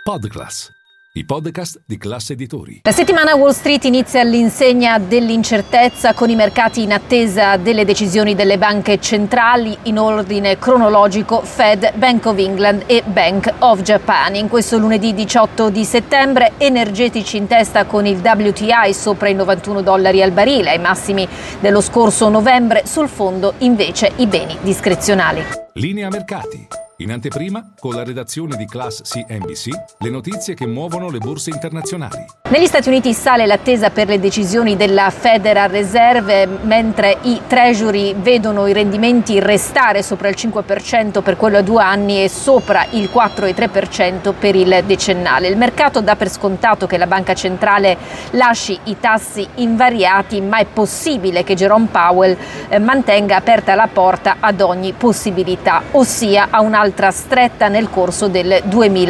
Podclass, i podcast di Class Editori. La settimana Wall Street inizia all'insegna dell'incertezza, con i mercati in attesa delle decisioni delle banche centrali in ordine cronologico: Fed, Bank of England e Bank of Japan. In questo lunedì 18 di settembre, energetici in testa con il WTI sopra i $91 al barile, ai massimi dello scorso novembre. Sul fondo invece i beni discrezionali. Linea mercati. In anteprima, con la redazione di Class CNBC, le notizie che muovono le borse internazionali. Negli Stati Uniti sale l'attesa per le decisioni della Federal Reserve, mentre i Treasury vedono i rendimenti restare sopra il 5% per quello a 2 anni e sopra il 4,3% per il decennale. Il mercato dà per scontato che la banca centrale lasci i tassi invariati, ma è possibile che Jerome Powell mantenga aperta la porta ad ogni possibilità, ossia a un'altra stretta nel corso del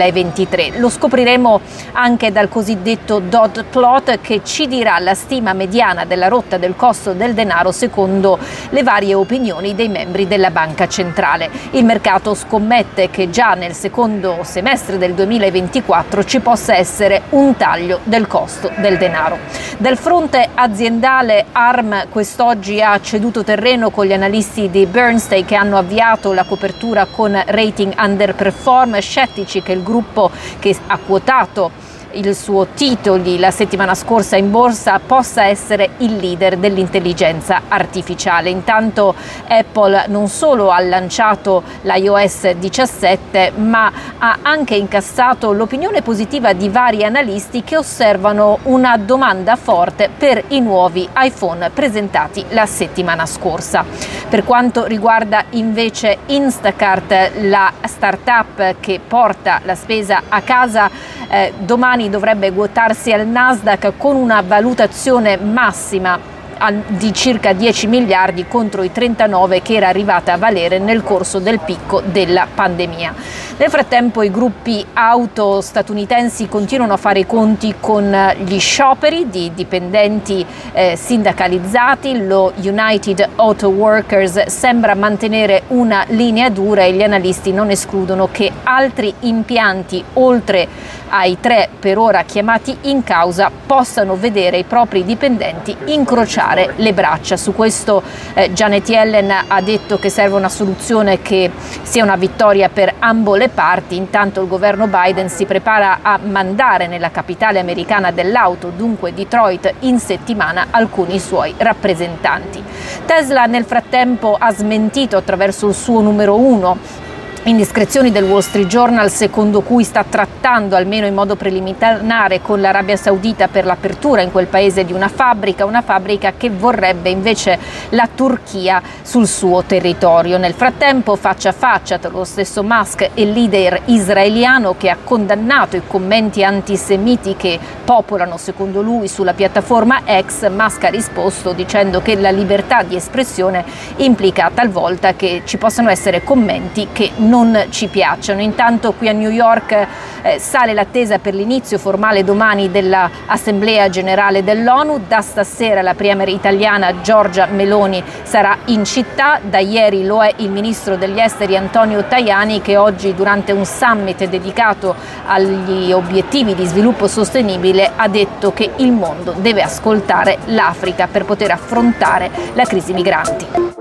2023. Lo scopriremo anche dal cosiddetto dot plot, che ci dirà la stima mediana della rotta del costo del denaro secondo le varie opinioni dei membri della banca centrale. Il mercato scommette che già nel secondo semestre del 2024 ci possa essere un taglio del costo del denaro. Dal fronte aziendale, ARM quest'oggi ha ceduto terreno con gli analisti di Bernstein, che hanno avviato la copertura con rating underperform, scettici che il gruppo, che ha quotato il suo titoli la settimana scorsa in borsa, possa essere il leader dell'intelligenza artificiale. Intanto Apple non solo ha lanciato l'iOS 17, ma ha anche incassato l'opinione positiva di vari analisti che osservano una domanda forte per i nuovi iPhone presentati la settimana scorsa. Per quanto riguarda invece Instacart, la startup che porta la spesa a casa, domani dovrebbe quotarsi al Nasdaq con una valutazione massima di circa 10 miliardi contro i 39 che era arrivata a valere nel corso del picco della pandemia. Nel frattempo i gruppi auto statunitensi continuano a fare i conti con gli scioperi di dipendenti sindacalizzati. Lo United Auto Workers sembra mantenere una linea dura e gli analisti non escludono che altri impianti, oltre ai 3 per ora chiamati in causa, possano vedere i propri dipendenti incrociare le braccia. Su questo Janet Yellen ha detto che serve una soluzione che sia una vittoria per ambo le parti. Intanto il governo Biden si prepara a mandare nella capitale americana dell'auto, dunque Detroit, in settimana alcuni suoi rappresentanti. Tesla nel frattempo ha smentito attraverso il suo numero 1 indiscrezioni del Wall Street Journal, secondo cui sta trattando almeno in modo preliminare con l'Arabia Saudita per l'apertura in quel paese di una fabbrica che vorrebbe invece la Turchia sul suo territorio. Nel frattempo, faccia a faccia tra lo stesso Musk e il leader israeliano, che ha condannato i commenti antisemiti che popolano, secondo lui, sulla piattaforma X, Musk ha risposto dicendo che la libertà di espressione implica talvolta che ci possano essere commenti che non ci piacciono. Intanto qui a New York sale l'attesa per l'inizio formale domani dell'Assemblea Generale dell'ONU. Da stasera la premier italiana Giorgia Meloni sarà in città. Da ieri lo è il ministro degli esteri Antonio Tajani, che oggi, durante un summit dedicato agli obiettivi di sviluppo sostenibile, ha detto che il mondo deve ascoltare l'Africa per poter affrontare la crisi migranti.